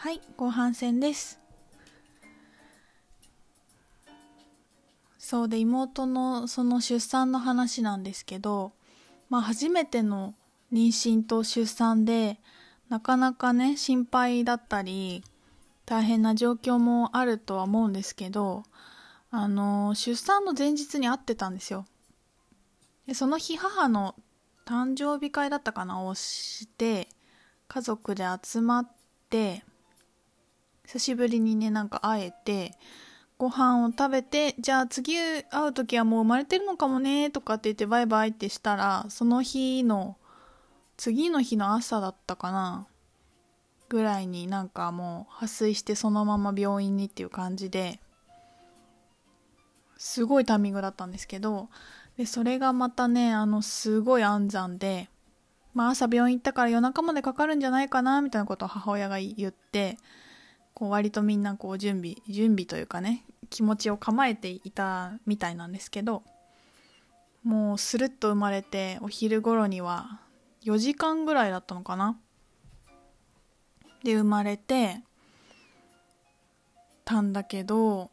はい、後半戦です。そうで、妹のその出産の話なんですけど、初めての妊娠と出産で、なかなかね、心配だったり、大変な状況もあるとは思うんですけど、出産の前日に会ってたんですよ。で、その日母の誕生日会だったかなをして、家族で集まって、久しぶりにね、会えて、ご飯を食べて、じゃあ次会う時はもう生まれてるのかもねとかって言ってバイバイってしたら、その日の次の日の朝だったかなぐらいにもう破水してそのまま病院にっていう感じで、すごいタイミングだったんですけど、でそれがまたね、すごい安産で、朝病院行ったから夜中までかかるんじゃないかなみたいなことを母親が言って、こう割とみんなこう準備というかね、気持ちを構えていたみたいなんですけど、もうスルッと生まれて、お昼頃には4時間ぐらいだったのかなで生まれてたんだけど、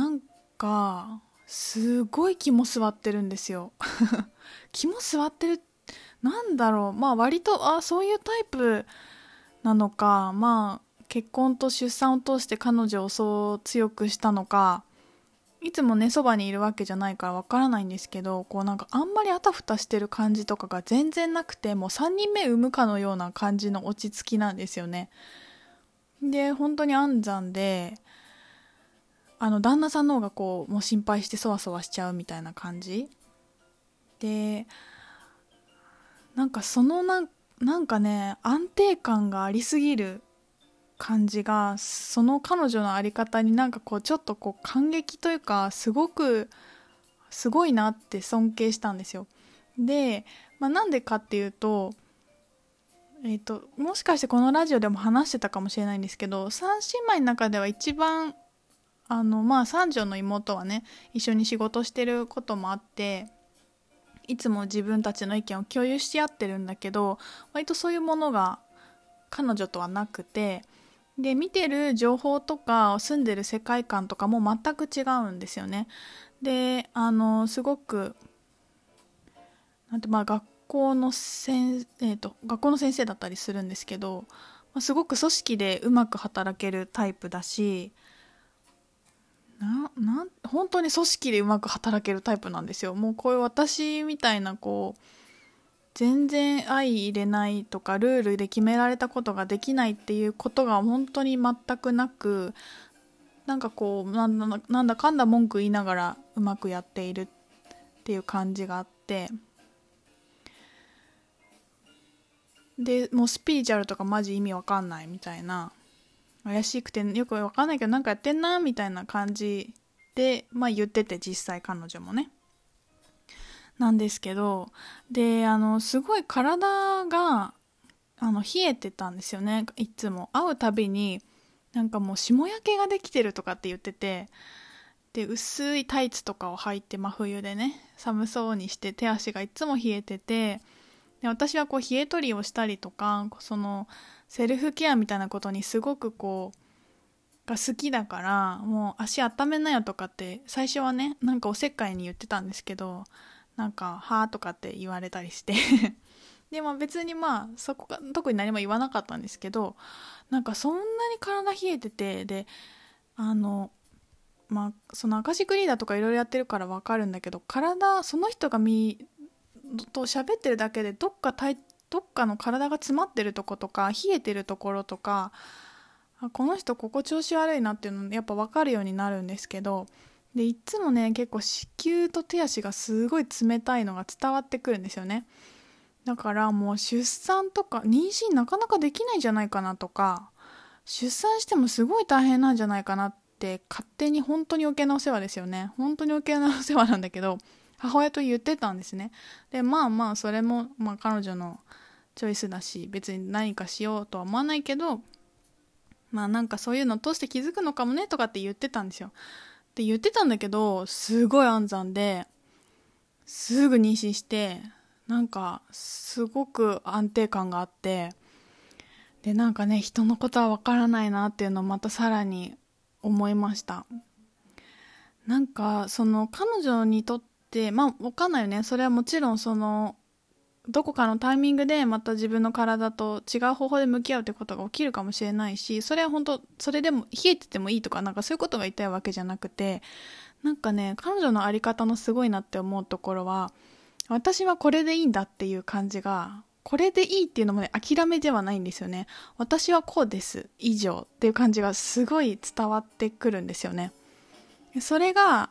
すごい肝座ってるんですよ。肝座ってる、なんだろう、割とそういうタイプなのか、結婚と出産を通して彼女をそう強くしたのか、いつもねそばにいるわけじゃないからわからないんですけど、こうあんまりあたふたしてる感じとかが全然なくて、もう3人目産むかのような感じの落ち着きなんですよね。で本当に安産で、旦那さんの方がこうもう心配してそわそわしちゃうみたいな感じで、そのね、安定感がありすぎる感じが、その彼女のあり方にこうちょっとこう感激というか、すごいなって尊敬したんですよ。で、なんでかっていうと、もしかしてこのラジオでも話してたかもしれないんですけど、三姉妹の中では一番三女の妹はね、一緒に仕事してることもあって、いつも自分たちの意見を共有し合ってるんだけど、割とそういうものが彼女とはなくて、で見てる情報とか住んでる世界観とかも全く違うんですよね。で、すごく学校の先生だったりするんですけど、すごく組織でうまく働けるタイプだし、本当に組織でうまく働けるタイプなんですよ。もうこういう私みたいなこう全然相入れないとかルールで決められたことができないっていうことが本当に全くなく、なんだかんだ文句言いながらうまくやっているっていう感じがあって、でもうスピリチュアルとかマジ意味わかんないみたいな、怪しくてよくわかんないけどやってんなみたいな感じで、言ってて、実際彼女もねなんですけど、すごい体が冷えてたんですよね。いつも会うたびにもう霜焼けができてるとかって言ってて、で薄いタイツとかを履いて、真冬でね寒そうにして手足がいつも冷えてて、で私はこう冷え取りをしたりとか、そのセルフケアみたいなことにすごくこうが好きだから、もう足温めなよとかって最初はねおせっかいに言ってたんですけど、はーとかって言われたりしてでも別にそこが特に何も言わなかったんですけど、そんなに体冷えてて、でそのアカシックリーダーとかいろいろやってるから分かるんだけど、その人がと喋ってるだけでどっかの体が詰まってるとことか冷えてるところとか、この人ここ調子悪いなっていうのやっぱ分かるようになるんですけど、でいつもね結構子宮と手足がすごい冷たいのが伝わってくるんですよね。だからもう出産とか妊娠なかなかできないんじゃないかなとか、出産してもすごい大変なんじゃないかなって勝手に、本当に余計なお世話ですよね、本当に余計なお世話なんだけど、母親と言ってたんですね。でそれも彼女のチョイスだし、別に何かしようとは思わないけど、そういうのを通して気づくのかもねとかって言ってたんですよ。で言ってたんだけど、すごい安産ですぐ妊娠して、すごく安定感があって、 でなんかね、人のことはわからないなっていうのをまたさらに思いました。なんかその彼女にとって、まあわかんないよね、それはもちろんそのどこかのタイミングでまた自分の体と違う方法で向き合うってことが起きるかもしれないし、それは本当それでも冷えててもいいとか、なんかそういうことが言いたいわけじゃなくて、なんかね、彼女のあり方のすごいなって思うところは、私はこれでいいんだっていう感じが、これでいいっていうのもね、諦めではないんですよね。私はこうです、以上っていう感じがすごい伝わってくるんですよね。それが、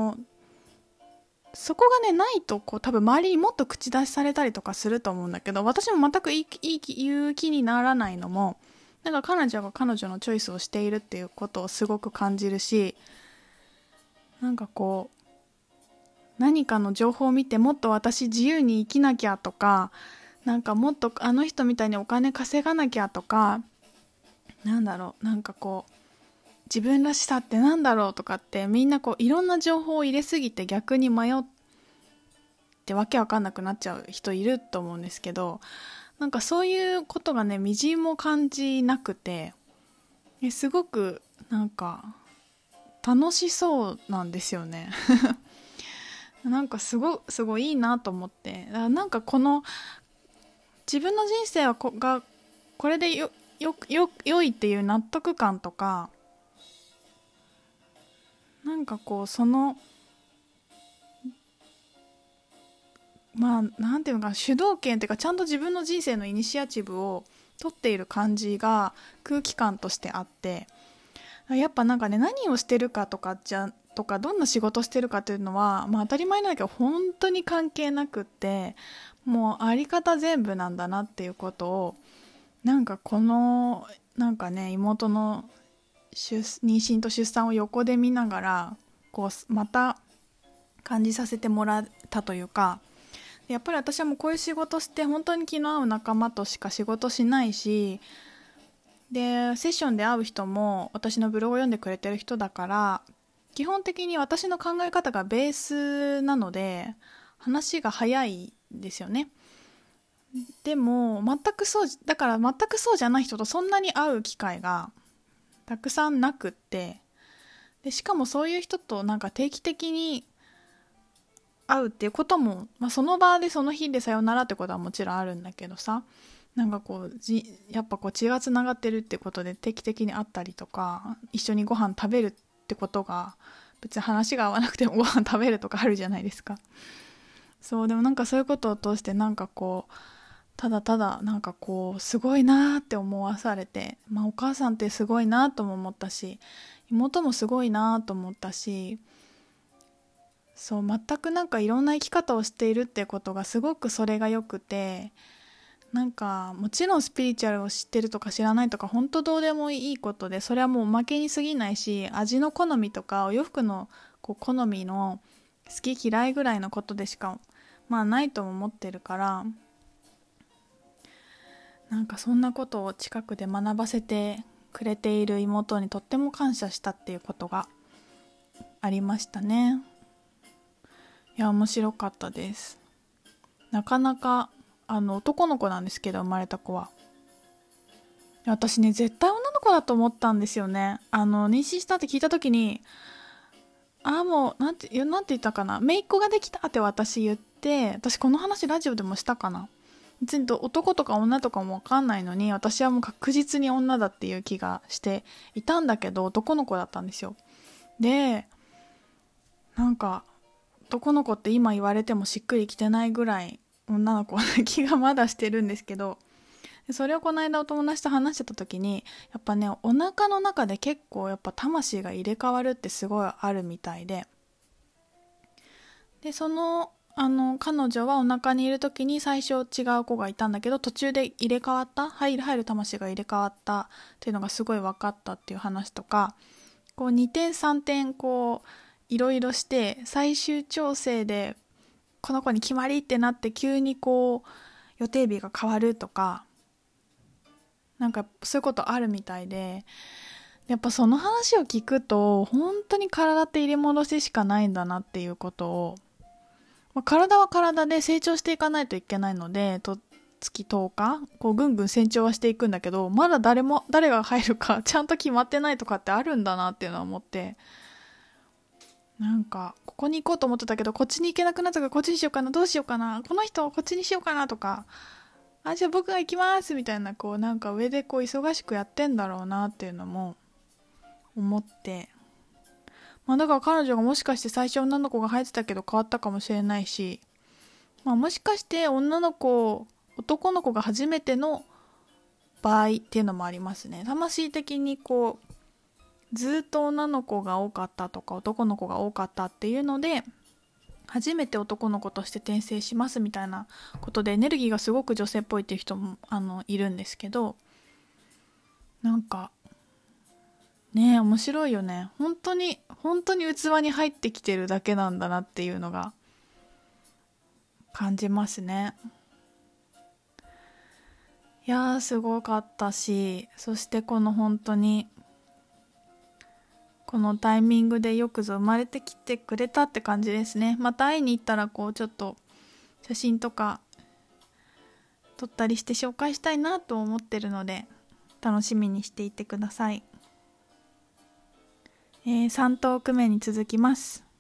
そこがね、ないと、こう、多分周りにもっと口出しされたりとかすると思うんだけど、私も全く言う気にならないのも、なんか彼女が彼女のチョイスをしているっていうことをすごく感じるし、なんかこう、何かの情報を見てもっと私自由に生きなきゃとか、なんかもっとあの人みたいにお金稼がなきゃとか、なんだろう、なんかこう、自分らしさってなんだろうとかってみんなこういろんな情報を入れすぎて逆に迷ってわけわかんなくなっちゃう人いると思うんですけど、なんかそういうことがね、みじんも感じなくて、すごくなんか楽しそうなんですよね。なんかすごいいいなと思って、なんかこの自分の人生はこれで良いっていう納得感とか、なんかこうそのまあなんていうのか、主導権っていうかちゃんと自分の人生のイニシアチブを取っている感じが空気感としてあって、やっぱなんかね、何をしてるかとかどんな仕事してるかというのは、まあ、当たり前なんだけど本当に関係なくって、もうあり方全部なんだなっていうことを、なんかこのなんかね、妹の妊娠と出産を横で見ながらこうまた感じさせてもらったというか、やっぱり私はもうこういう仕事して本当に気の合う仲間としか仕事しないし、でセッションで会う人も私のブログを読んでくれてる人だから、基本的に私の考え方がベースなので話が早いんですよね。でも全くそうじゃない人とそんなに会う機会がたくさんなくって、でしかもそういう人となんか定期的に会うっていうことも、まあ、その場でその日でさよならってことはもちろんあるんだけどさ、なんかこうやっぱこう血がつながってるってことで定期的に会ったりとか、一緒にご飯食べるってことが、別に話が合わなくてもご飯食べるとかあるじゃないですか。そう、でもなんかそういうことを通してなんかこう、ただただなんかこうすごいなーって思わされて、まあお母さんってすごいなとも思ったし、妹もすごいなと思ったし、そう全くなんかいろんな生き方をしているってことがすごくそれがよくて、なんかもちろんスピリチュアルを知ってるとか知らないとか本当どうでもいいことで、それはもうおまけに過ぎないし、味の好みとかお洋服のこう好みの好き嫌いぐらいのことでしかまあないとも思ってるから、なんかそんなことを近くで学ばせてくれている妹にとっても感謝したっていうことがありましたね。いや面白かったです。なかなか男の子なんですけど、生まれた子は、私ね絶対女の子だと思ったんですよね。妊娠したって聞いた時に、もうなんて言ったかな、姪っ子ができたって私言って、私この話ラジオでもしたかな、別に男とか女とかも分かんないのに、私はもう確実に女だっていう気がしていたんだけど、男の子だったんですよ。でなんか男の子って今言われてもしっくりきてないぐらい女の子な気がまだしてるんですけど、それをこの間お友達と話してた時に、やっぱねお腹の中で結構やっぱ魂が入れ替わるってすごいあるみたいで、その彼女はお腹にいる時に最初違う子がいたんだけど、途中で入れ替わった入る魂が入れ替わったっていうのがすごい分かったっていう話とか、こう2点3点こういろいろして最終調整でこの子に決まりってなって急にこう予定日が変わるとか、なんかそういうことあるみたいで、やっぱその話を聞くと本当に体って入れ戻ししかないんだなっていうことを、体は体で成長していかないといけないので、 月10日こうぐんぐん成長はしていくんだけど、まだ誰が入るかちゃんと決まってないとかってあるんだなっていうのは思って、なんかここに行こうと思ってたけどこっちに行けなくなったからこっちにしようかな、どうしようかな、この人こっちにしようかなとか、じゃあ僕が行きますみたいな、こうなんか上でこう忙しくやってんだろうなっていうのも思って、だから彼女がもしかして最初女の子が入ってたけど変わったかもしれないし、もしかして男の子が初めての場合っていうのもありますね。魂的にこうずっと女の子が多かったとか男の子が多かったっていうので初めて男の子として転生しますみたいなことでエネルギーがすごく女性っぽいっていう人もいるんですけど、なんかね、面白いよね。本当に器に入ってきてるだけなんだなっていうのが感じますね。いやーすごかったし、そして本当にこのタイミングでよくぞ生まれてきてくれたって感じですね。また会いに行ったらちょっと写真とか撮ったりして紹介したいなと思ってるので楽しみにしていてください。3トーク目に続きます。